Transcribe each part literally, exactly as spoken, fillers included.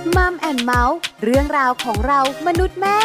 มัมแอนด์เมาส์เรื่องราวของเรามนุษย์แม่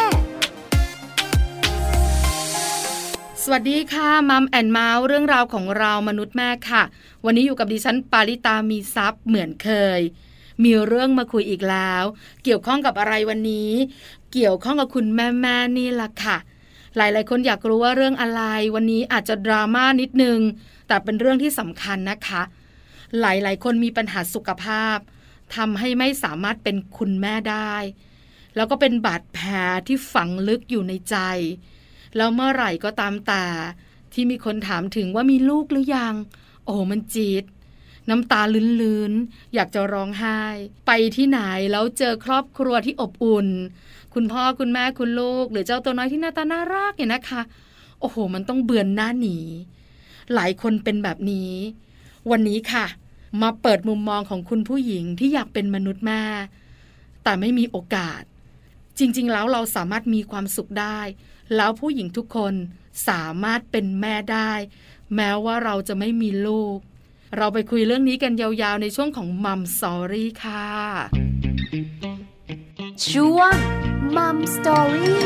สวัสดีค่ะมัมแอนด์เมาส์เรื่องราวของเรามนุษย์แม่ค่ะวันนี้อยู่กับดิฉันปาริตามีทรัพย์เหมือนเคยมีเรื่องมาคุยอีกแล้วเกี่ยวข้องกับอะไรวันนี้เกี่ยวข้องกับคุณแม่แม่นี่ล่ะค่ะหลายๆคนอยากรู้ว่าเรื่องอะไรวันนี้อาจจะดราม่านิดนึงแต่เป็นเรื่องที่สำคัญนะคะหลายๆคนมีปัญหาสุขภาพทำให้ไม่สามารถเป็นคุณแม่ได้แล้วก็เป็นบาดแผลที่ฝังลึกอยู่ในใจแล้วเมื่อไหร่ก็ตามแต่ที่มีคนถามถึงว่ามีลูกหรือยังโอ้มันจี๊ดน้ำตาลื้นๆอยากจะร้องไห้ไปที่ไหนแล้วเจอครอบครัวที่อบอุ่นคุณพ่อคุณแม่คุณลูกหรือเจ้าตัวน้อยที่หน้าตาน่ารักเนี่ยนะคะโอ้โหมันต้องเบือนหน้าหนีหลายคนเป็นแบบนี้วันนี้ค่ะมาเปิดมุมมองของคุณผู้หญิงที่อยากเป็นมนุษย์แม่แต่ไม่มีโอกาสจริงๆแล้วเราสามารถมีความสุขได้แล้วผู้หญิงทุกคนสามารถเป็นแม่ได้แม้ว่าเราจะไม่มีลูกเราไปคุยเรื่องนี้กันยาวๆในช่วงของมัมสตอรี่ค่ะช่วงมัมสตอรี่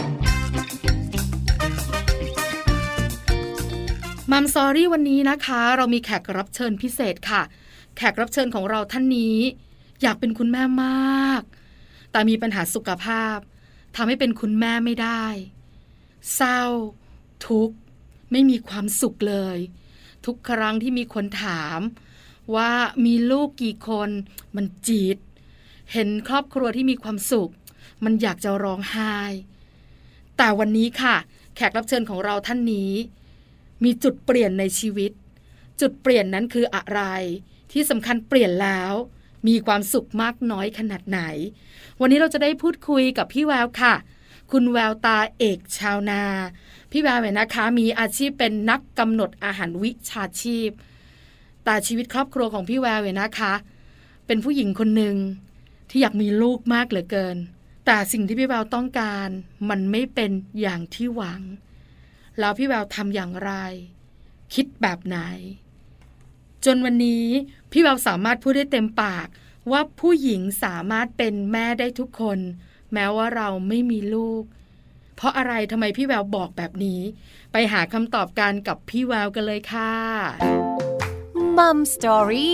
มัมสตอรี่วันนี้นะคะเรามีแขกรับเชิญพิเศษค่ะแขกรับเชิญของเราท่านนี้อยากเป็นคุณแม่มากแต่มีปัญหาสุขภาพทำให้เป็นคุณแม่ไม่ได้เศร้าทุกข์ไม่มีความสุขเลยทุกครั้งที่มีคนถามว่ามีลูกกี่คนมันจี๊ดเห็นครอบครัวที่มีความสุขมันอยากจะร้องไห้แต่วันนี้ค่ะแขกรับเชิญของเราท่านนี้มีจุดเปลี่ยนในชีวิตจุดเปลี่ยนนั้นคืออะไรที่สำคัญเปลี่ยนแล้วมีความสุขมากน้อยขนาดไหนวันนี้เราจะได้พูดคุยกับพี่แววค่ะคุณแววตาเอกชาวนาพี่แววเนี่ยนะคะมีอาชีพเป็นนักกำหนดอาหารวิชาชีพแต่ชีวิตครอบครัวของพี่แววเนี่ยนะคะเป็นผู้หญิงคนหนึ่งที่อยากมีลูกมากเหลือเกินแต่สิ่งที่พี่แววต้องการมันไม่เป็นอย่างที่หวังแล้วพี่แววทำอย่างไรคิดแบบไหนจนวันนี้พี่แววสามารถพูดได้เต็มปากว่าผู้หญิงสามารถเป็นแม่ได้ทุกคนแม้ว่าเราไม่มีลูกเพราะอะไรทำไมพี่แววบอกแบบนี้ไปหาคำตอบกันกับพี่แววกันเลยค่ะมัมสตอรี่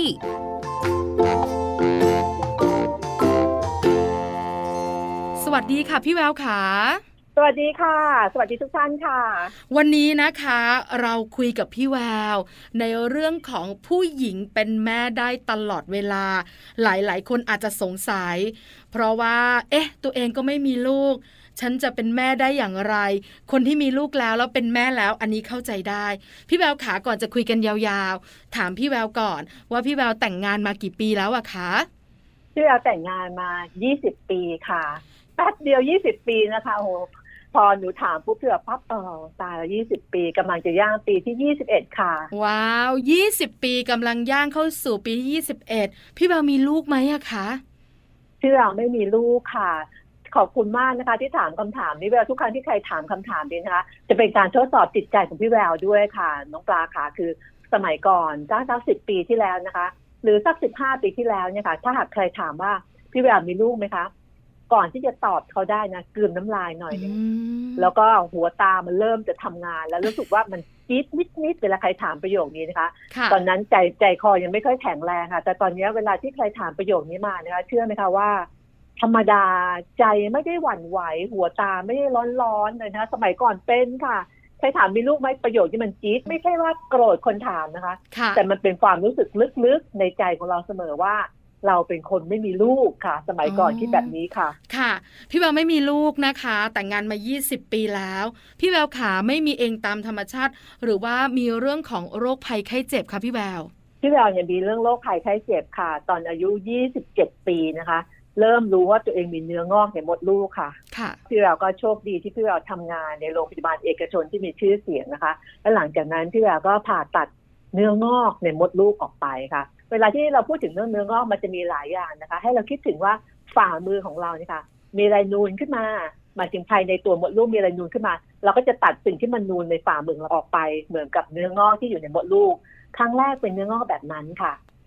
สวัสดีค่ะพี่แววค่ะสวัสดีค่ะสวัสดีทุกท่านค่ะวันนี้นะคะเราคุยกับพี่แววในเรื่องของผู้หญิงเป็นแม่ได้ตลอดเวลาหลายๆคนอาจจะสงสัยเพราะว่าเอ๊ะตัวเองก็ไม่มีลูกฉันจะเป็นแม่ได้อย่างไรคนที่มีลูกแล้วแล้วเป็นแม่แล้วอันนี้เข้าใจได้พี่แววขาก่อนจะคุยกันยาวๆถามพี่แววก่อนว่าพี่แววแต่งงานมากี่ปีแล้วอะคะพี่แววแต่งงานมายี่สิบปีค่ะแป๊บเดียวยี่สิบปีนะคะโอ้พอหนูถามปุ๊บเผื่อปั๊บเออตายแล้วยี่สิบปีกำลังจะย่างปีที่ยี่สิบเอ็ดค่ะว้าวยี่สิบปีกำลังย่างเข้าสู่ปีที่ยี่สิบเอ็ดพี่แววมีลูกไหมอะคะพี่แววไม่มีลูกค่ะขอบคุณมากนะคะที่ถามคำถามนี้แววทุกครั้งที่ใครถามคำถามนี้นะคะจะเป็นการทดสอบจิตใจของพี่แววด้วยค่ะน้องปลาค่ะคือสมัยก่อนสักสักสิบปีที่แล้วนะคะหรือสักสิบห้าปีที่แล้วเนี่ยค่ะถ้าหากใครถามว่าพี่แววมีลูกไหมคะก่อนที่จะตอบเขาได้นะกลืนน้ำลายหน่อยนึงแล้วก็หัวตามันเริ่มจะทำงานแล้วรู้สึกว่ามันจี๊ดนิดๆเวลาใครถามประโยคนี้นะคะตอนนั้นใจใจคอยังไม่ค่อยแข็งแรงค่ะแต่ตอนนี้เวลาที่ใครถามประโยคนี้มานะคะเชื่อไหมคะว่าธรรมดาใจไม่ได้หวั่นไหวหัวตาไม่ได้ร้อนๆเลยนะสมัยก่อนเป็นค่ะใครถามมีลูกไหมประโยคที่มันจี๊ดไม่ใช่ว่าโกรธคนถามนะคะแต่มันเป็นความรู้สึกลึกๆในใจของเราเสมอว่าเราเป็นคนไม่มีลูกค่ะสมัยก่อนคิดแบบนี้ค่ะค่ะพี่แววไม่มีลูกนะคะแต่งงานมายี่สิบปีแล้วพี่แววขาไม่มีเองตามธรรมชาติหรือว่ามีเรื่องของโรคภัยไข้เจ็บค่ะพี่แววพี่แววเนี่ยมีเรื่องโรคภัยไข้เจ็บค่ะตอนอายุยี่สิบเจ็ดปีนะคะเริ่มรู้ว่าตัวเองมีเนื้องอกในมดลูกค่ะค่ะพี่แววก็โชคดีที่พี่แววทำงานในโรงพยาบาลเอกชนที่มีชื่อเสียงนะคะและหลังจากนั้นพี่แววก็ผ่าตัดเนื้องอกในมดลูกออกไปค่ะเวลาที่เราพูดถึงเรื่องเนื้องอกมันจะมีหลายอย่างนะคะให้เราคิดถึงว่าฝ่ามือของเราเนี่ยค่ะมีอะไรนูนขึ้นมาหมายถึงภายในตัวมดลูกมีอะไรนูนขึ้นมาเราก็จะตัดสิ่งที่มันนูนในฝ่ามือเราออกไปเหมือนกับเนื้องอกที่อยู่ในมดลูกครั้งแรกเป็นเนื้องอกแบบนั้นค่ะ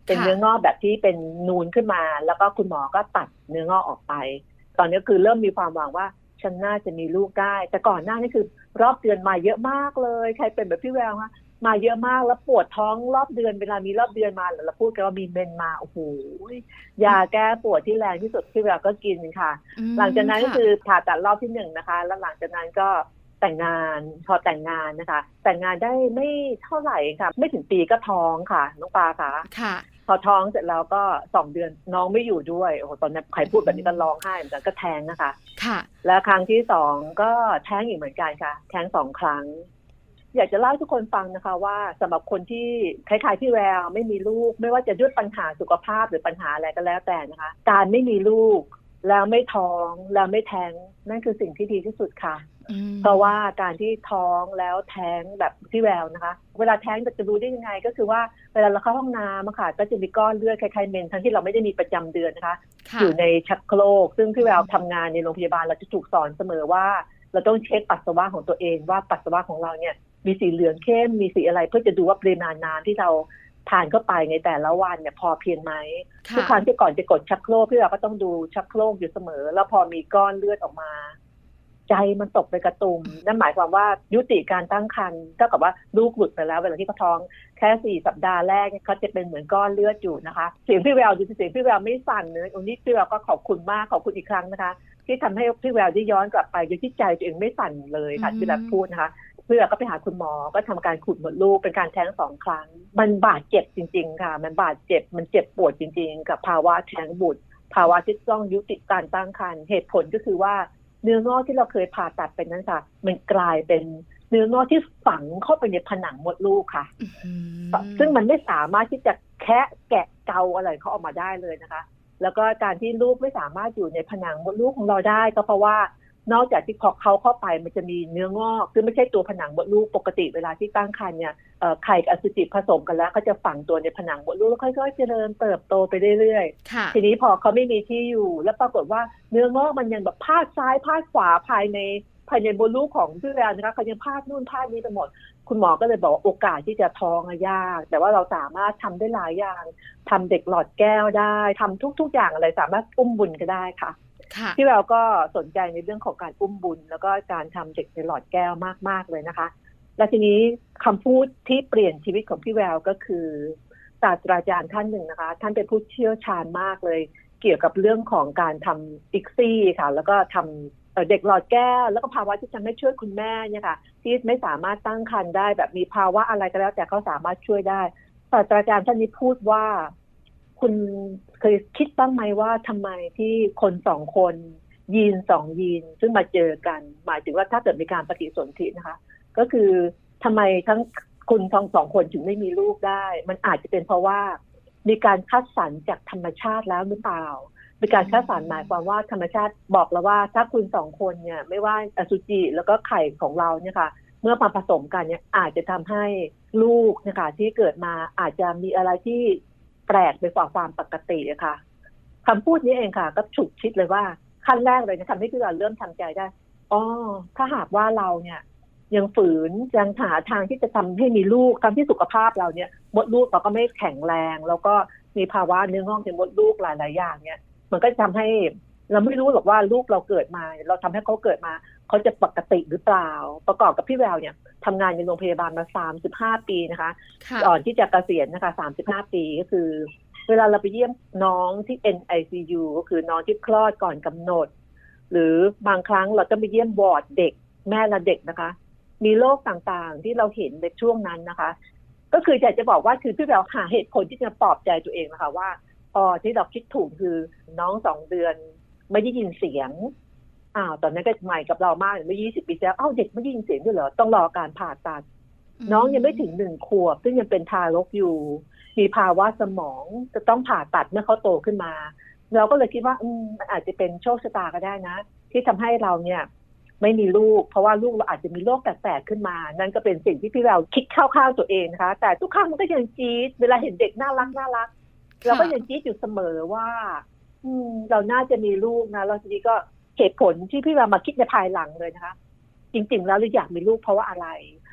เป็นเนื้องอกแบบที่เป็นนูนขึ้นมาแล้วก็คุณหมอก็ตัดเนื้องอกออกไปตอนนี้คือเริ่มมีความหวังว่าฉันน่าจะมีลูกได้แต่ก่อนหน้านี่คือรอบเดือนมาเยอะมากเลยใครเป็นแบบพี่แววคะมาเยอะมากแล้วปวดท้องรอบเดือนเวลามีรอบเดือนมาเราพูดกันว่ามีเมนมาโอ้โหยาแก้ปวดที่แรงที่สุดพี่แววก็กินค่ะหลังจากนั้นก็คือผ่าตัดรอบที่หนึ่งนะคะแล้วหลังจากนั้นก็แต่งงานพอแต่งงานนะคะแต่งงานได้ไม่เท่าไหร่ค่ะไม่ถึงปีก็ท้องค่ะน้องปลาค่ะค่ะพอท้องเสร็จแล้วก็สองเดือนน้องไม่อยู่ด้วยโอ้โหตอนนั้นใครพูดแบบนี้ก็ร้องไห้เหมือนกันก็แท้งนะคะค่ะแล้วครั้งที่สองก็แท้งอีกเหมือนกันค่ะแท้งสองครั้งอยากจะเล่าให้ทุกคนฟังนะคะว่าสำหรับคนที่คล้ายๆพี่แววไม่มีลูกไม่ว่าจะด้วยปัญหาสุขภาพหรือปัญหาอะไรก็แล้วแต่นะคะการไม่มีลูกแล้วไม่ท้องแล้วไม่แท้งนั่นคือสิ่งที่ดีที่สุดค่ะเพราะว่าการที่ท้องแล้วแท้งแบบพี่แววนะคะเวลาแท้งจะรู้ได้ยังไงก็คือว่าเวลาเราเข้าห้องน้ำค่ะก็จะมีก้อนเลือดคล้ายๆเมนทั้งที่เราไม่ได้มีประจำเดือนนะคะอยู่ในชักโครกซึ่งพี่แววทำงานในโรงพยาบาลเราจะถูกสอนเสมอว่าเราต้องเช็คปัสสาวะของตัวเองว่าปัสสาวะของเราเนี่ยมีสีเหลืองเข้มมีสีอะไรเพื่อจะดูว่าปริมาณน้ำที่เราทานเข้าไปในแต่ละวันเนี่ยพอเพียงไหมทุกครั้งที่ก่อนจะกดชักโครกพี่แววก็ต้องดูชักโครกอยู่เสมอแล้วพอมีก้อนเลือดออกมาใจมันตกไปกระตุ่มนั่นหมายความว่ายุติการตั้งครรภ์เท่ากับว่าลูกหลุดไปแล้วเวลาที่เขาท้องแค่สี่สัปดาห์แรกเขาจะเป็นเหมือนก้อนเลือดอยู่นะคะเสียงพี่แววดูเสียงพี่แววไม่สั่นเลยวันนี้พี่แววก็ขอบคุณมากขอบคุณอีกครั้งนะคะที่ทำให้พี่แววได้ย้อนกลับไปโดยที่ใจตัวเองไม่สั่นเลยค่ะที่แบบพูดนะคะพี่แววก็ไปหาคุณหมอก็ทำการขุดมดลูกเป็นการแท้งสองครั้งมันบาดเจ็บจริงๆค่ะมันบาดเจ็บมันเจ็บปวดจริงๆกับภาวะแท้งบุตรภาวะที่ต้องยุติการตั้งครรภ์เหตุผลก็คือว่าเนื้องอกที่เราเคยผ่าตัดเป็นนั้นค่ะมันกลายเป็นเนื้องอกที่ฝังเข้าไปในผนังมดลูกค่ะ mm-hmm. ซึ่งมันไม่สามารถที่จะแคะแกะเกาอะไรเขาออกมาได้เลยนะคะแล้วก็การที่ลูกไม่สามารถอยู่ในผนังมดลูกของเราได้ก็เพราะว่านอกจากที่พอเขาเข้าไปมันจะมีเนื้องอกซึ่งไม่ใช่ตัวผนังมดลูกปกติเวลาที่ตั้งครรภ์เนี่ยไข่กับอสุจิผสมกันแล้วก็จะฝังตัวในผนังมดลูกแล้วค่อยๆเจริญเติบโตไปเรื่อยๆทีนี้พอเขาไม่มีที่อยู่แล้วปรากฏว่าเนื้องอกมันยังแบบพาดซ้ายพาดขวาภายในภายในมดลูกของพี่แววนะคะเขายังพาดนู่นพาดนี้ไปหมดคุณหมอก็เลยบอกโอกาสที่จะท้องยากแต่ว่าเราสามารถทำได้หลายอย่างทำเด็กหลอดแก้วได้ทำทุกๆอย่างอะไรสามารถอุ้มบุญก็ได้ค่ะพี่แววก็สนใจในเรื่องของการอุ้มบุญแล้วก็การทำเด็กในหลอดแก้วมากๆเลยนะคะและทีนี้คำพูดที่เปลี่ยนชีวิตของพี่แววก็คือศาสตราจารย์ท่านหนึ่งนะคะท่านเป็นผู้เชี่ยวชาญมากเลยเกี่ยวกับเรื่องของการทำอิกซี่ค่ะแล้วก็ทำเด็กหลอดแก้วแล้วก็ภาวะที่จะไม่ช่วยคุณแม่เนี่ยค่ะที่ไม่สามารถตั้งครรภ์ได้แบบมีภาวะอะไรก็แล้วแต่เขาสามารถช่วยได้ศาสตราจารย์ท่านนี้พูดว่าคุณเคยคิดบ้างไหมว่าทำไมที่คนสองคนยีนสองยีนซึ่งมาเจอกันหมายถึงว่าถ้าเกิดมีการปฏิสนธินะคะก็คือทำไมทั้งคุณทั้งสองคนถึงไม่มีลูกได้มันอาจจะเป็นเพราะว่ามีการคัดสรรจากธรรมชาติแล้วหรือเปล่ามีการคัดสรรหมายความว่าธรรมชาติบอกแล้วว่าถ้าคุณสองคนเนี่ยไม่ว่าอสุจิแล้วก็ไข่ของเราเนี่ยค่ะเมื่อมาผสมกันเนี่ยอาจจะทำให้ลูกนะคะที่เกิดมาอาจจะมีอะไรที่แปลกไปกว่าความปกติอะค่ะคำพูดนี้เองค่ะก็ฉุกคิดเลยว่าขั้นแรกเลยนะทำให้พี่เราเริ่มทำใจได้อ๋อถ้าหากว่าเราเนี่ยยังฝืนยังหาทางที่จะทำให้มีลูกทำที่สุขภาพเราเนี่ยมดลูกเราก็ไม่แข็งแรงแล้วก็มีภาวะเนื้องอกในมดลูกหลายๆอย่างเนี่ยมันก็ทำให้เราไม่รู้หรอกว่าลูกเราเกิดมาเราทำให้เขาเกิดมาเขาจะปกติหรือเปล่าประกอบกับพี่แววเนี่ยทำงานในโรงพยาบาลมาสามสิบห้าปีนะคะก่อนที่จะเกษียณนะคะสามสิบห้าปีก็คือเวลาเราไปเยี่ยมน้องที่ เอ็น ไอ ซี ยู ก็คือน้องที่คลอดก่อนกำหนดหรือบางครั้งเราก็ไปเยี่ยมวอร์ดเด็กแม่และเด็กนะคะมีโรคต่างๆที่เราเห็นในช่วงนั้นนะคะก็คืออยากจะบอกว่าคือพี่แววหาเหตุผลที่จะปลอบใจตัวเองนะคะว่าอ๋อที่เราคิดถูกคือน้องสองเดือนไม่ได้ยินเสียงอ้าวตอนนั้นก็ใหม่กับเรามากเมื่อยี่สิบปีแล้วอ้าวเด็กไม่ได้ยินเสียงด้วยเหรอต้องรอการผ่าตัดน้องยังไม่ถึงหนึ่งขวบซึ่งยังเป็นทารกอยู่มีภาวะสมองจะต้องผ่าตัดเมื่อเขาโตขึ้นมาเราก็เลยคิดว่าอืมมันอาจจะเป็นโชคชะตาก็ได้นะที่ทำให้เราเนี่ยไม่มีลูกเพราะว่าลูกเราอาจจะมีโรคแปลกๆขึ้นมานั่นก็เป็นสิ่งที่พี่เราคิดเข้าๆตัวเองนะคะแต่ทุกครั้งมันก็ยังจี๊ดเวลาเห็นเด็กน่ารักน่ารักเราก็ยังจี๊ดอยู่เสมอว่าอืมเราน่าจะมีลูกนะแล้วทีนี้ก็เหตุผลที่พี่เรามาคิดในภายหลังเลยนะคะจริงๆแล้วเราอยากมีลูกเพราะว่าอะไร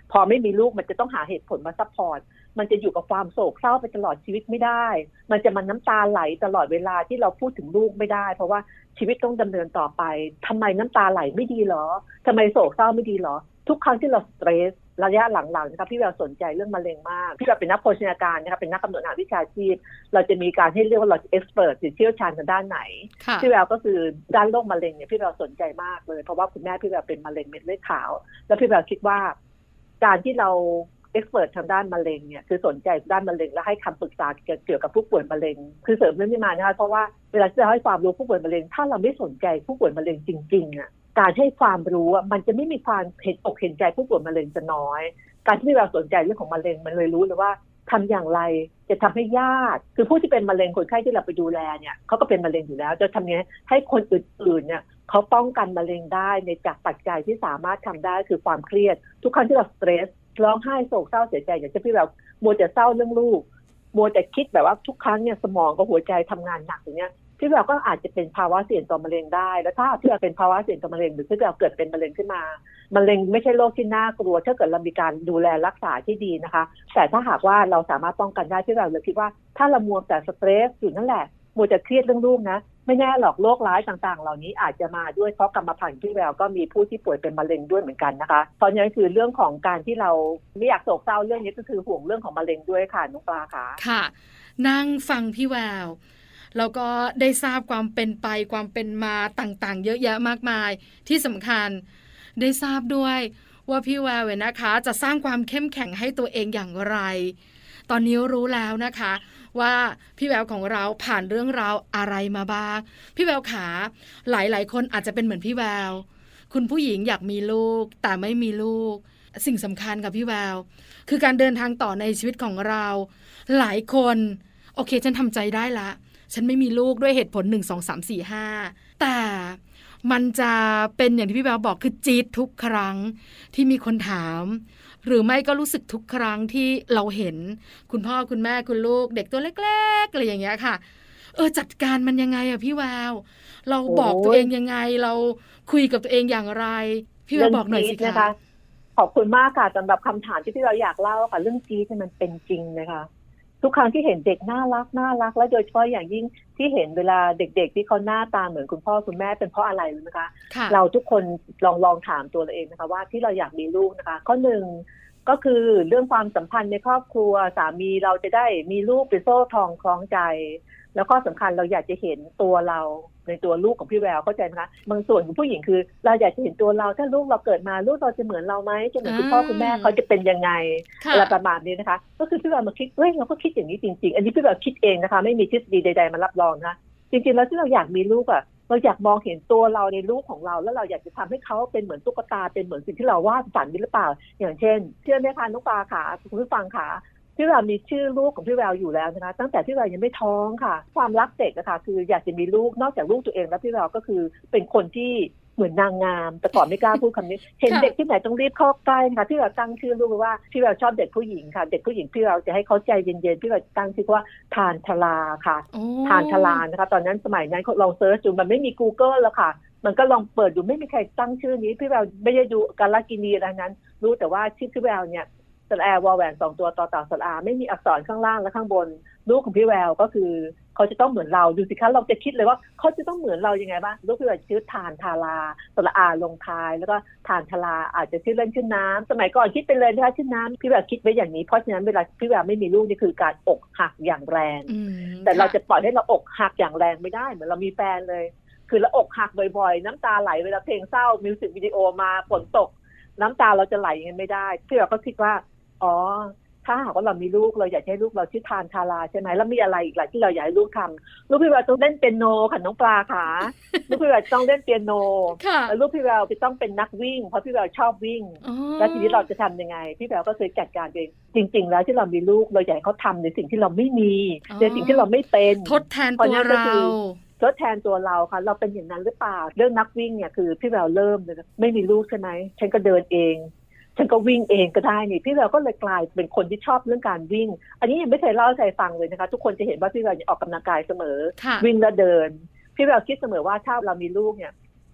พอไม่มีลูกมันจะต้องหาเหตุผลมาซัพพอร์ตมันจะอยู่กับความโศกเศร้าไปตลอดชีวิตไม่ได้มันจะมันน้ำตาไหลตลอดเวลาที่เราพูดถึงลูกไม่ได้เพราะว่าชีวิตต้องดำเนินต่อไปทำไมน้ำตาไหลไม่ดีหรอทำไมโศกเศร้าไม่ดีหรอทุกครั้งที่เราสเตรสระยะหลังๆนะครับพี่แววสนใจเรื่องมะเร็งมากพี่แววเป็นนักโภชนาการนะครับเป็นนักกำหนดอาหารวิชาชีพเราจะมีการให้เรียกว่าเราเอ็กซ์เพรสหรือเชี่ยวชาญทางด้านไหนพี่แววก็คือด้านโรคมะเร็งเนี่ยพี่แววสนใจมากเลยเพราะว่าคุณแม่พี่แววเป็นมะเร็งเม็ดเลือดขาวแล้วพี่แววคิดว่าการที่เราเอ็กซ์เพรสทางด้านมะเร็งเนี่ยคือสนใจด้านมะเร็งและให้คำปรึกษาเกี่ยวกับผู้ป่วยมะเร็งคือเสริมเรื่องนี้มานะคะเพราะว่าเวลาที่เราให้ความรู้ผู้ป่วยมะเร็งถ้าเราไม่สนใจผู้ป่วยมะเร็งจริงๆอ่ะการให้ความรู้มันจะไม่มีความเห็นอกเห็นใจผู้ป่วยมะเร็งจะน้อยการที่เราสนใจเรื่องของมะเร็งมันเลยรู้เลยว่าทำอย่างไรจะทำให้ญาติคือผู้ที่เป็นมะเร็งคนไข้ที่เราไปดูแลเนี่ยเขาก็เป็นมะเร็งอยู่แล้วจะทำยังไงให้คนอื่นๆเนี่ยเขาป้องกันมะเร็งได้ในจากปัจจัยที่สามารถทำได้คือความเครียดทุกครั้งที่เราสเตรสร้องไห้โศกเศร้าเสียใจอย่างเช่นที่เรามัวแต่เศร้าเรื่องลูกมัวแต่คิดแบบว่าทุกครั้งเนี่ยสมองกับหัวใจทำงานหนักอย่างเงี้ยที่เราก็อาจจะเป็นภาวะเสี่ยงต่อมะเร็งได้แล้วถ้าที่เราเป็นภาวะเสี่ยงต่อมะเร็งหรือที่เราเกิดเป็นมะเร็งขึ้นมามะเร็งไม่ใช่โรคที่น่ากลัวถ้าเกิดเรามีการดูแลรักษาที่ดีนะคะแต่ถ้าหากว่าเราสามารถป้องกันได้ที่เราเลยคิดว่าถ้าเรามัวแต่สเตรสอยู่นั่นแหละมัวแต่เครียดเรื่องลูกนะไม่แน่หรอกโรคร้ายต่างๆเหล่านี้อาจจะมาด้วยเพราะกรรมพันธุ์ที่แววก็มีผู้ที่ป่วยเป็นมะเร็งด้วยเหมือนกันนะคะเพราะฉะนั้นคือเรื่องของการที่เราไม่อยากโศกเศร้าเรื่องนี้ก็คือห่วงเรื่องของมะเร็งด้วยค่ะน้องปลาค่ะค่ะนั่งฟังพี่แววแล้วก็ได้ทราบความเป็นไปความเป็นมาต่างๆเยอะแยะมากมายที่สำคัญได้ทราบด้วยว่าพี่แววเนี่ยนะคะจะสร้างความเข้มแข็งให้ตัวเองอย่างไรตอนนี้รู้แล้วนะคะว่าพี่แววของเราผ่านเรื่องราวอะไรมาบ้างพี่แววขาหลายๆคนอาจจะเป็นเหมือนพี่แววคุณผู้หญิงอยากมีลูกแต่ไม่มีลูกสิ่งสำคัญกับพี่แววคือการเดินทางต่อในชีวิตของเราหลายคนโอเคฉันทำใจได้ละฉันไม่มีลูกด้วยเหตุผลหนึ่ง สอง สาม สี่ ห้าแต่มันจะเป็นอย่างที่พี่แววบอกคือจี๊ดทุกครั้งที่มีคนถามหรือไม่ก็รู้สึกทุกครั้งที่เราเห็นคุณพ่อคุณแม่คุณลูกเด็กตัวเล็กๆอะไรอย่างเงี้ยค่ะเออจัดการมันยังไงอะพี่แววเราบอกตัวเองยังไงเราคุยกับตัวเองอย่างไรพี่แววบอกหน่อยสิคะขอบคุณมากค่ะสำหรับคำถามที่พี่เราอยากเล่าค่ะเรื่องจี๊ดที่มันเป็นจริงนะคะทุกครั้งที่เห็นเด็กน่ารักน่ารักและโดยเฉพาะอย่างยิ่งที่เห็นเวลาเด็กๆที่เขาหน้าตาเหมือนคุณพ่อคุณแม่เป็นเพราะอะไรรู้ไหมคะเราทุกคนลองลองถามตัวเราเองนะคะว่าที่เราอยากมีลูกนะคะข้อหนึ่งก็คือเรื่องความสัมพันธ์ในครอบครัวสามีเราจะได้มีลูกเป็นโซ่ทองคล้องใจแล้วข้อสำคัญเราอยากจะเห็นตัวเราในตัวลูกของพี่แววเข้าใจไหมคะบางส่วนของผู้หญิงคือเราอยากจะเห็นตัวเราถ้าลูกเราเกิดมาลูกเราจะเหมือนเราไหมจะเหมือนคุณพ่อคุณแม่เขาจะเป็นยังไงอะไรประมาณนี้นะคะก็คือพี่แววมาคิดเฮ้ยเราก็คิดอย่างนี้จริงๆอันนี้พี่แววคิดเองนะคะไม่มีทฤษฎีใดๆมารับรองนะจริงๆแล้วที่เราอยากมีลูกอ่ะเราอยากมองเห็นตัวเราในลูกของเราแล้วเราอยากจะทำให้เขาเป็นเหมือนตุ๊กตาเป็นเหมือนสิ่งที่เราวาดฝันหรือเปล่าอย่างเช่นเชื่อไหมคะน้องปลาขาคุณผู้ฟังขาพี่แววมีชื่อลูกของพี่แววอยู่แล้วนะคะตั้งแต่พี่แววยังไม่ท้องค่ะความรักเด็กอะค่ะคืออยากจะมีลูกนอกจากลูกตัวเองแล้วพี่แววก็คือเป็นคนที่เหมือนนางงามแต่ก่อนไม่กล้าพูดคำนี้เห็นเด็กที่ไหนต้องรีบเข้าใกล้ค่ะพี่แววตั้งชื่อลูกว่าพี่แววชอบเด็กผู้หญิงค่ะเด็กผู้หญิงพี่แววจะให้เขาใจเย็นๆพี่แววตั้งชื่อว่าทานทลาค่ะทานทลานะคะตอนนั้นสมัยนั้นลองเซิร์ชดูมันไม่มี Google แล้วค่ะมันก็ลองเปิดดูไม่มีใครตั้งชื่อนี้พี่แววไม่ได้ดูกาลกินีอะไรนั้นรู้แต่ว่าชื่อพี่แววเนี่ยสระแอวอแหวนสองตัวต่อเต่าสระอาไม่มีอักษรข้างล่างและข้างบนลูกของพี่แววก็คือเขาจะต้องเหมือนเราดูสิคะเราจะคิดเลยว่าเขาจะต้องเหมือนเรายังไงบ้างลูกพี่แววชื่อทานทาราสระอาลงท้ายแล้วก็ทานทาราอาจจะชื่อเล่นชื่อน้ำสมัยก่อนคิดไปเลยนะคะชื่อน้ำพี่แววคิดไว้อย่างนี้เพราะฉะนั้นเวลาพี่แววไม่มีลูกนี่คือการอกหักอย่างแรงแต่เราจะปล่อยให้เราอกหักอย่างแรงไม่ได้เหมือนเรามีแฟนเลยคือเราอกหักบ่อยๆน้ำตาไหลเวลาเพลงเศร้ามิวสิกวิดีโอมาฝนตกน้ำตาเราจะไหลอย่างนั้นไม่ได้พี่แววก็คิดว่าอ๋อถ้าหากว่าเรามีลูกเราอยากให้ลูกเราชื่อทานทาราใช่ไหมแล้วมีอะไรอีกหลายที่เราอยากให้ลูกทำลูกพี่แววต้องเล่นเปียโนค่ะน้องปลาค่ะลูกพี่แววต้องเล่นเปียโนแล้วลูกพี่แววจะต้องเป็นนักวิ่งเพราะพี่แววชอบวิ่งแล้วทีนี้เราจะทำยังไงพี่แววก็เคยจัดการเองจริงๆแล้วที่เรามีลูกเราอยากให้เขาทำในสิ่งที่เราไม่มีในสิ่งที่เราไม่เป็นทดแทนตัวเราทดแทนตัวเราค่ะเราเป็นอย่างนั้นหรือเปล่าเรื่องนักวิ่งเนี่ยคือพี่แววเริ่มเลยไม่มีลูกใช่ไหมฉันก็เดินเองฉันก็วิ่งเองก็ได้นี่พี่แววก็เลยกลายเป็นคนที่ชอบเรื่องการวิ่งอันนี้ยังไม่เคยเล่าให้ใครฟังเลยนะคะทุกคนจะเห็นว่าพี่แววออกกำลังกายเสมอวิ่งและเดินพี่แววคิดเสมอว่าถ้าเรามีลูกเนี่ย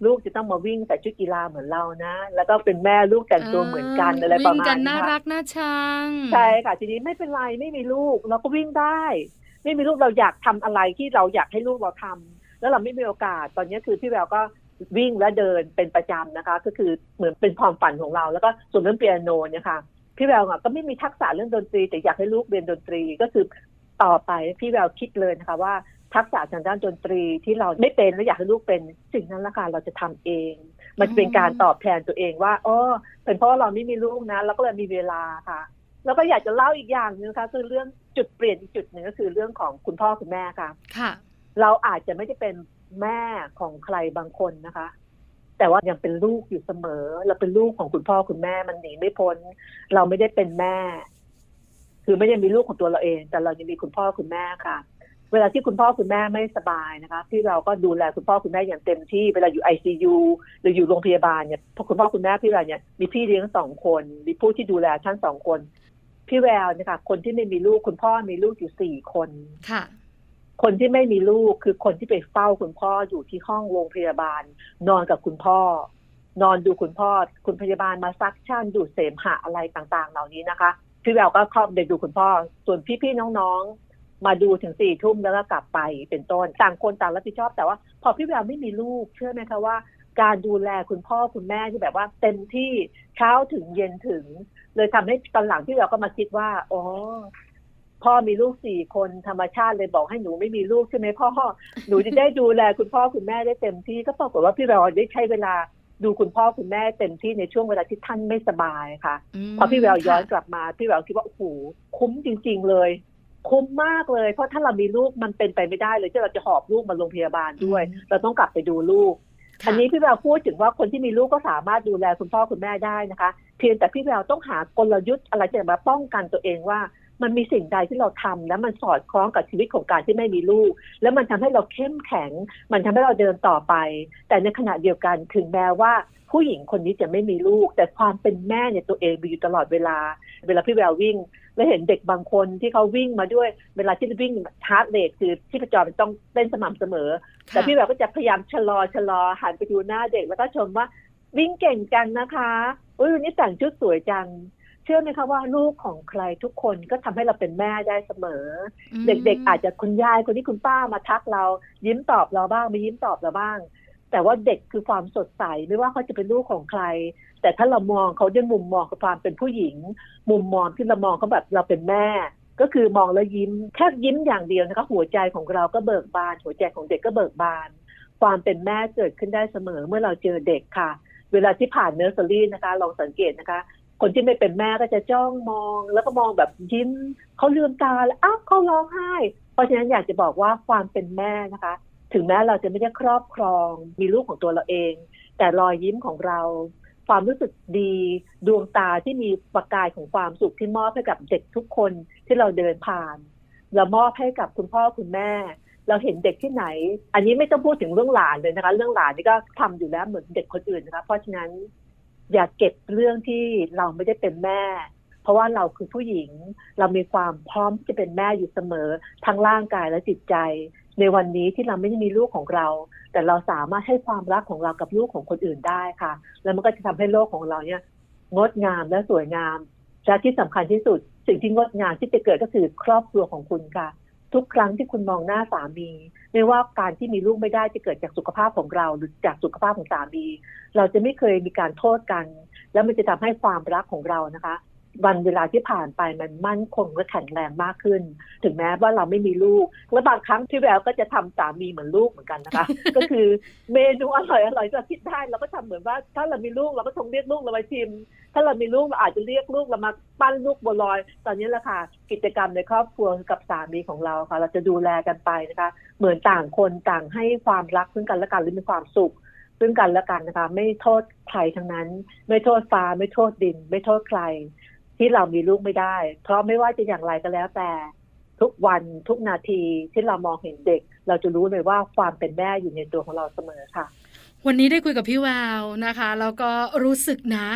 ลูกจะต้องมาวิ่งใส่ชุดกีฬาเหมือนเรานะแล้วก็เป็นแม่ลูกแต่งตัวเหมือนกันอะไรประมาณนี้วิ่งกันน่ารักน่าชังใช่ค่ะทีนี้ไม่เป็นไรไม่มีลูกเราก็วิ่งได้ไม่มีลูกเราอยากทำอะไรที่เราอยากให้ลูกเราทำแล้วเราไม่มีโอกาสตอนนี้คือพี่แววก็วิ่งและเดินเป็นประจำนะคะก็คือเหมือนเป็นความฝันของเราแล้วก็ส่วนเรื่องเปียโนเนี่ยค่ะพี่แววก็ไม่มีทักษะเรื่องดนตรีแต่อยากให้ลูกเรียนดนตรีก็คือต่อไปพี่แววคิดเลยนะคะว่าทักษะทางด้านดนตรีที่เราไม่เป็นและอยากให้ลูกเป็นสิ่งนั้นละค่ะเราจะทำเองมันเป็นการตอบแทนตัวเองว่าอ๋อเป็นเพราะเราไม่มีลูกนะเราก็เลยมีเวลาค่ะแล้วก็อยากจะเล่าอีกอย่างนึงนะคะคือเรื่องจุดเปลี่ยนอีกจุดหนึ่งก็คือเรื่องของคุณพ่อคุณแม่ค่ะค่ะเราอาจจะไม่ได้เป็นแม่ของใครบางคนนะคะแต่ว่ายังเป็นลูกอยู่เสมอเราเป็นลูกของคุณพ่อคุณแม่มันหนีไม่พ้นเราไม่ได้เป็นแม่คือไม่ได้มีลูกของตัวเราเองแต่เรายังมีคุณพ่อคุณแม่ค่ะเวลาที่คุณพ่อคุณแม่ไม่สบายนะคะที่เราก็ดูแลคุณพ่อคุณแม่อย่างเต็มที่เวลาอยู่ ไอ ซี ยู หรืออยู่โรงพยาบาลเนี่ยพอคุณพ่อคุณแม่พี่แววเนี่ยมีพี่เลี้ยงสองคนมีผู้ที่ดูแลท่านสองคนพี่แววเนี่ยค่ะคนที่ไม่มีลูกคุณพ่อมีลูกอยู่สี่คนค่ะคนที่ไม่มีลูกคือคนที่ไปเฝ้าคุณพ่ออยู่ที่ห้องโรงพยาบาลนอนกับคุณพ่อนอนดูคุณพ่อคุณพยาบาลมาซักชั่นดูดเสมหะอะไรต่างๆเหล่านี้นะคะพี่แววก็ครอบเด็กดูคุณพ่อส่วนพี่ๆน้องๆมาดูถึงสี่ทุ่มแล้วก็กลับไปเป็นต้นต่างคนต่างรับผิดชอบแต่ว่าพอพี่แววไม่มีลูกเชื่อไหมคะว่าการดูแลคุณพ่อคุณแม่ที่แบบว่าเต็มที่เช้าถึงเย็นถึงเลยทำให้ตอนหลังพี่แววก็มาคิดว่าอ๋อพ่อมีลูกสี่คนธรรมชาติเลยบอกให้หนูไม่มีลูกใช่ไหมพ่อหนูจะได้ดูแลคุณพ่อคุณแม่ได้เต็มที่ก็ปรากฏว่าพี่แววได้ใช้เวลาดูคุณพ่อคุณแม่เต็มที่ในช่วงเวลาที่ท่านไม่สบายค่ะพอพี่แววย้อนกลับมาพี่แววคิดว่าโอ้โหคุ้มจริงๆเลยคุ้มมากเลยเพราะถ้าเรามีลูกมันเป็นไปไม่ได้เลยที่เราจะหอบลูกมาโรงพยาบาลด้วยเราต้องกลับไปดูลูกอันนี้พี่แววพูดถึงว่าคนที่มีลูกก็สามารถดูแลคุณพ่อคุณแม่ได้นะคะเพียงแต่พี่แววต้องหากลยุทธ์อะไรจะมาป้องกันตัวเองว่ามันมีสิ่งใดที่เราทำแล้วมันสอดคล้องกับชีวิตของการที่ไม่มีลูกแล้วมันทำให้เราเข้มแข็งมันทำให้เราเดินต่อไปแต่ในขณะเดียวกันถึงแม้ว่าผู้หญิงคนนี้จะไม่มีลูกแต่ความเป็นแม่เนี่ยตัวเองมีอยู่ตลอดเวลาเวลาพี่แวววิ่งแล้วเห็นเด็กบางคนที่เขาวิ่งมาด้วยเวลาที่วิ่งฮาร์ทเรทคือที่ประจรมันต้องเต้นสม่ำเสมอแต่พี่แววก็จะพยายามชะลอชะลอหันไปดูหน้าเด็กแล้วก็ชมว่าวิ่งเก่งจังนะคะอุ้ยวันนี้แต่งชุดสวยจังเชื่อไหมคะว่าลูกของใครทุกคนก็ทำให้เราเป็นแม่ได้เสมอเด็กๆอาจจะคุณยายคนที่คุณป้ามาทักเรายิ้มตอบเราบ้างไม่ยิ้มตอบเราบ้างแต่ว่าเด็กคือความสดใสไม่ว่าเขาจะเป็นลูกของใครแต่ถ้าเรามองเขาด้วยมุมมองของความเป็นผู้หญิงมุมมองที่เรามองเขาแบบเราเป็นแม่ก็คือมองแล้วยิ้มแค่ยิ้มอย่างเดียวนะคะหัวใจของเราก็เบิกบานหัวใจของเด็กก็เบิกบานความเป็นแม่เกิดขึ้นได้เสมอเมื่อเราเจอเด็กค่ะเวลาที่ผ่านเนอร์เซอรี่นะคะลองสังเกตนะคะคนที่ไม่เป็นแม่ก็จะจ้องมองแล้วก็มองแบบยิ้มเขาลืมตาแล้วอ้าวเขาร้องไห้เพราะฉะนั้นอยากจะบอกว่าความเป็นแม่นะคะถึงแม้เราจะไม่ได้ครอบครองมีลูกของตัวเราเองแต่รอยยิ้มของเราความรู้สึกดีดวงตาที่มีประกายของความสุขที่มอบให้กับเด็กทุกคนที่เราเดินผ่านเรามอบให้กับคุณพ่อคุณแม่เราเห็นเด็กที่ไหนอันนี้ไม่ต้องพูดถึงเรื่องหลานเลยนะคะเรื่องหลานนี่ก็ทำอยู่แล้วเหมือนเด็กคนอื่นนะคะเพราะฉะนั้นอย่าเก็บเรื่องที่เราไม่ได้เป็นแม่เพราะว่าเราคือผู้หญิงเรามีความพร้อมที่จะเป็นแม่อยู่เสมอทั้งร่างกายและจิตใจในวันนี้ที่เราไม่ได้มีลูกของเราแต่เราสามารถให้ความรักของเรากับลูกของคนอื่นได้ค่ะแล้วมันก็จะทำให้โลกของเราเนี่ยงดงามและสวยงามและที่สำคัญที่สุดสิ่งที่งดงามที่จะเกิดก็คือครอบครัวของคุณค่ะทุกครั้งที่คุณมองหน้าสามีไม่ว่าการที่มีลูกไม่ได้จะเกิดจากสุขภาพของเราหรือจากสุขภาพของสามีเราจะไม่เคยมีการโทษกันแล้วมันจะทำให้ความรักของเรานะคะวันเวลาที่ผ่านไปมันมั่นคงและแข็งแรงมากขึ้นถึงแม้ว่าเราไม่มีลูกและบางครั้งพี่แววก็จะทำสามีเหมือนลูกเหมือนกันนะคะ ก็คือเมนูอร่อยอร่อยเราคิดได้เราก็ทำเหมือนว่าถ้าเรามีลูกเราก็คงเรียกลูกเรามาชิมถ้าเรามีลูกเราอาจจะเรียกลูกเรามาปั้นลูกบัวลอยตอนนี้แหละค่ะกิจกรรมในครอบครัวกับสามีของเราค่ะเราจะดูแลกันไปนะคะเหมือนต่างคนต่างให้ความรักซึ่งกันและกันหรือมีความสุขซึ่งกันและกันนะคะไม่โทษใครทั้งนั้นไม่โทษฟ้าไม่โทษดินไม่โทษใครที่เรามีลูกไม่ได้เพราะไม่ว่าจะอย่างไรก็แล้วแต่ทุกวันทุกนาทีที่เรามองเห็นเด็กเราจะรู้เลยว่าความเป็นแม่อยู่ในตัวของเราเสมอค่ะวันนี้ได้คุยกับพี่แววนะคะแล้วก็รู้สึกนะ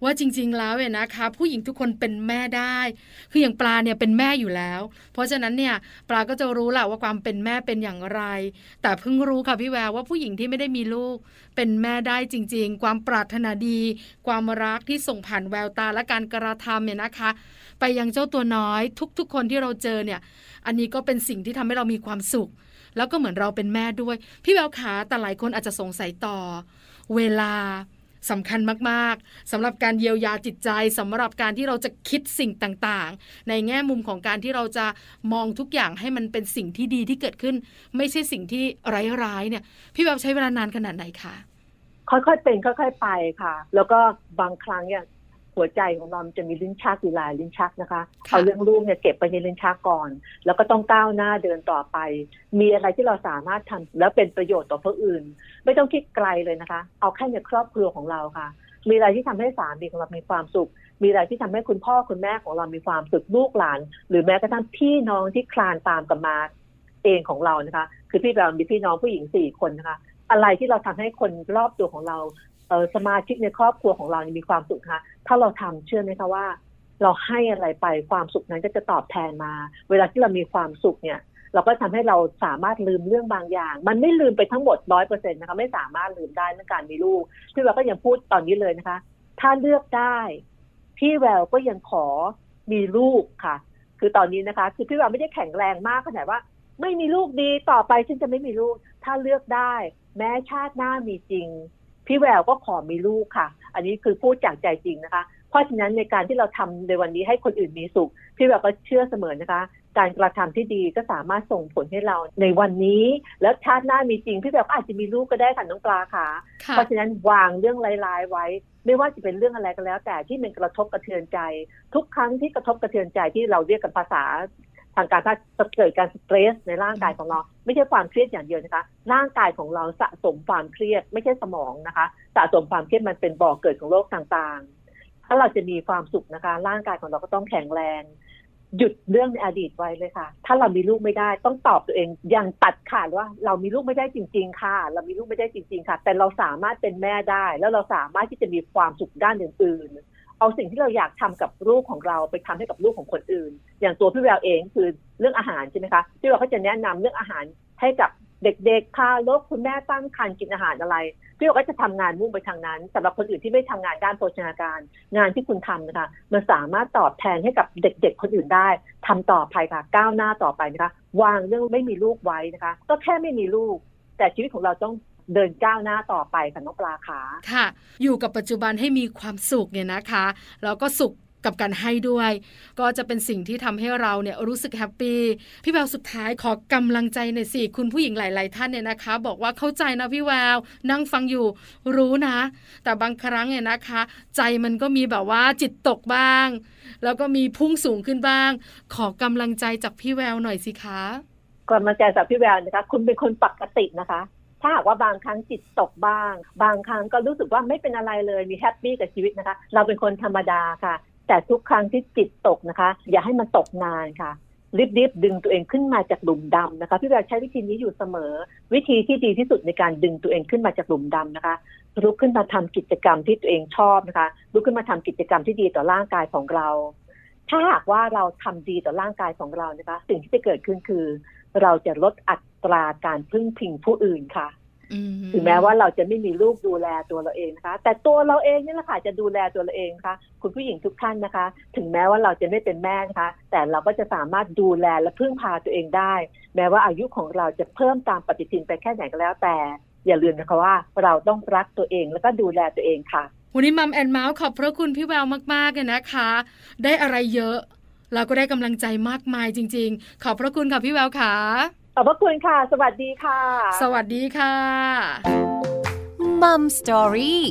ว่าจริงๆแล้วเนี่ยนะคะผู้หญิงทุกคนเป็นแม่ได้คืออย่างปลาเนี่ยเป็นแม่อยู่แล้วเพราะฉะนั้นเนี่ยปลาก็จะรู้แหละว่าความเป็นแม่เป็นอย่างไรแต่เพิ่งรู้ค่ะพี่แววว่าผู้หญิงที่ไม่ได้มีลูกเป็นแม่ได้จริงๆความปรารถนาดีความรักที่ส่งผ่านแววตาและการกระทำเนี่ยนะคะไปยังเจ้าตัวน้อยทุกๆคนที่เราเจอเนี่ยอันนี้ก็เป็นสิ่งที่ทำให้เรามีความสุขแล้วก็เหมือนเราเป็นแม่ด้วยพี่แววขาแต่หลายคนอาจจะสงสัยต่อเวลาสำคัญมากๆสำหรับการเยียวยาจิตใจสำหรับการที่เราจะคิดสิ่งต่างๆในแง่มุมของการที่เราจะมองทุกอย่างให้มันเป็นสิ่งที่ดีที่เกิดขึ้นไม่ใช่สิ่งที่ร้ายๆเนี่ยพี่แววใช้เวลานานขนาดไหนคะค่อยๆเป็นค่อยๆไปค่ะแล้วก็บางครั้งเนี่ยหัวใจของเราจะมีลิ้นชักอยู่หลายลิ้นชักนะคะเอาเรื่องลูกเนี่ยเก็บไปในลิ้นชักก่อนแล้วก็ต้องก้าวหน้าเดินต่อไปมีอะไรที่เราสามารถทำแล้วเป็นประโยชน์ต่อผู้อื่นไม่ต้องคิดไกลเลยนะคะเอาแค่ในครอบครัวของเราค่ะมีอะไรที่ทำให้สามีของเรามีความสุขมีอะไรที่ทำให้คุณพ่อคุณแม่ของเรามีความสุขลูกหลานหรือแม้กระทั่งพี่น้องที่คลานตามกันมาเองของเรานะคะคือพี่เรามีพี่น้องผู้หญิงสี่คนนะคะอะไรที่เราทำให้คนรอบตัวของเราสมาชิกในครอบครัวของเรามีความสุขนะคะถ้าเราทำเชื่อไหมคะว่าเราให้อะไรไปความสุขนั้นก็จะตอบแทนมาเวลาที่เรามีความสุขเนี่ยเราก็ทำให้เราสามารถลืมเรื่องบางอย่างมันไม่ลืมไปทั้งหมด ร้อยเปอร์เซ็นต์ นะคะไม่สามารถลืมได้เรื่องการมีลูกพี่แววก็ยังพูดตอนนี้เลยนะคะถ้าเลือกได้พี่แววก็ยังขอมีลูกค่ะคือตอนนี้นะคะคือพี่แววไม่ได้แข็งแรงมากขนาดว่าไม่มีลูกดีต่อไปฉันจะไม่มีลูกถ้าเลือกได้แม้ชาติหน้ามีจริงพี่แววก็ขอมีลูกค่ะอันนี้คือพูดจากใจจริงนะคะเพราะฉะนั้นในการที่เราทำในวันนี้ให้คนอื่นมีสุขพี่แววก็เชื่อเสมอนะคะการกระทำที่ดีก็สามารถส่งผลให้เราในวันนี้แล้วชาติหน้ามีจริงพี่แววก็อาจจะมีลูกก็ได้ค่ะน้องปลาค่ะเพราะฉะนั้นวางเรื่องร้ายๆไว้ไม่ว่าจะเป็นเรื่องอะไรก็แล้วแต่ที่มันกระทบกระเทือนใจทุกครั้งที่กระทบกระเทือนใจที่เราเรียกกันภาษาทางการถ้าเกิดการสเตรสในร่างกายของเราไม่ใช่ความเครียดอย่างเดียวนะคะร่างกายของเราสะสมความเครียดไม่ใช่สมองนะคะสะสมความเครียดมันเป็นบ่อเกิดของโรคต่างๆถ้าเราจะมีความสุขนะคะร่างกายของเราก็ต้องแข็งแรงหยุดเรื่องในอดีตไว้เลยค่ะถ้าเรามีลูกไม่ได้ต้องตอบตัวเองอย่างตัดขาดว่าเรามีลูกไม่ได้จริงๆค่ะเรามีลูกไม่ได้จริงๆค่ะแต่เราสามารถเป็นแม่ได้แล้วเราสามารถที่จะมีความสุขด้านอื่นๆเอาสิ่งที่เราอยากทำกับลูกของเราไปทำให้กับลูกของคนอื่นอย่างตัวพี่แววเองคือเรื่องอาหารใช่ไหมคะพี่แววก็จะแนะนำเรื่องอาหารให้กับเด็กๆค่ะลูกคุณแม่ตั้งครรภ์กินอาหารอะไรพี่แววก็จะทำงานมุ่งไปทางนั้นสำหรับคนอื่นที่ไม่ทำงานด้านโภชนาการงานที่คุณทำนะคะมันสามารถตอบแทนให้กับเด็กๆคนอื่นได้ทำต่อไปค่ะก้าวหน้าต่อไปนะคะวางเรื่องไม่มีลูกไว้นะคะก็แค่ไม่มีลูกแต่ชีวิตของเราต้องเดินก้าวหน้าต่อไปค่ะน้องปลาขาค่ะอยู่กับปัจจุบันให้มีความสุขเนี่ยนะคะแล้วก็สุขกับการให้ด้วยก็จะเป็นสิ่งที่ทำให้เราเนี่ยรู้สึกแฮปปี้พี่แววสุดท้ายขอกำลังใจหน่อยสิคุณผู้หญิงหลายๆท่านเนี่ยนะคะบอกว่าเข้าใจนะพี่แววนั่งฟังอยู่รู้นะแต่บางครั้งเนี่ยนะคะใจมันก็มีแบบว่าจิตตกบ้างแล้วก็มีพุ่งสูงขึ้นบ้างขอกำลังใจจากพี่แววหน่อยสิคะกำลังใจจากพี่แววนะคะคุณเป็นคนปกตินะคะถ้าหากว่าบางครั้งจิตตกบ้างบางครั้งก็รู้สึกว่าไม่เป็นอะไรเลยมีแฮปปี้กับชีวิตนะคะเราเป็นคนธรรมดาค่ะแต่ทุกครั้งที่จิตตกนะคะอย่าให้มันตกนานค่ะรีบๆดึงตัวเองขึ้นมาจากหลุมดำนะคะพี่แววใช้วิธีนี้อยู่เสมอวิธีที่ดีที่สุดในการดึงตัวเองขึ้นมาจากหลุมดำนะคะลุกขึ้นมาทำกิจกรรมที่ตัวเองชอบนะคะลุกขึ้นมาทำกิจกรรมที่ดีต่อร่างกายของเราถ้าหากว่าเราทำดีต่อร่างกายของเรานะคะสิ่งที่จะเกิดขึ้นคือเราจะลดอัตราการพึ่งพิงผู้อื่นค่ะถึงแม้ว่าเราจะไม่มีลูกดูแลตัวเราเองนะคะแต่ตัวเราเองนี่แหละค่ะจะดูแลตัวเราเองนะคะคุณผู้หญิงทุกท่านนะคะถึงแม้ว่าเราจะไม่เป็นแม่นะคะแต่เราก็จะสามารถดูแลและพึ่งพาตัวเองได้แม้ว่าอายุของเราจะเพิ่มตามปฏิทินไปแค่ไหนก็แล้วแต่อย่าลืมนะคะว่าเราต้องรักตัวเองแล้วก็ดูแลตัวเองค่ะวันนี้มัมแอนด์เมาส์ขอบพระคุณพี่แววมากๆเลยนะคะได้อะไรเยอะเราก็ได้กำลังใจมากมายจริงๆขอบพระคุณค่ะพี่แววค่ะขอบพระคุณค่ะสวัสดีค่ะสวัสดีค่ะมัมสตอรี่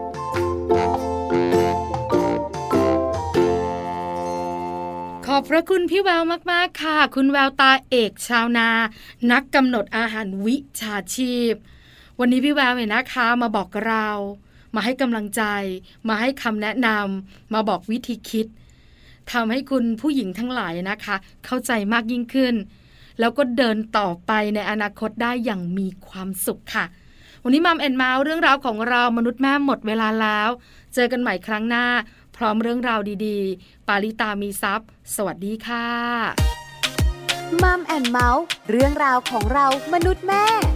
ขอบพระคุณพี่แววมากๆค่ะคุณแววตาเอกชาวนานักกำหนดอาหารวิชาชีพวันนี้พี่แววเนี่ยนะคะมาบอกเรามาให้กำลังใจมาให้คำแนะนำมาบอกวิธีคิดทำให้คุณผู้หญิงทั้งหลายนะคะเข้าใจมากยิ่งขึ้นแล้วก็เดินต่อไปในอนาคตได้อย่างมีความสุขค่ะวันนี้มัมแอนเมาส์เรื่องราวของเรามนุษย์แม่หมดเวลาแล้วเจอกันใหม่ครั้งหน้าพร้อมเรื่องราวดีๆปาริตามีซัพ์สวัสดีค่ะมัมแอนเมาส์เรื่องราวของเรามนุษย์แม่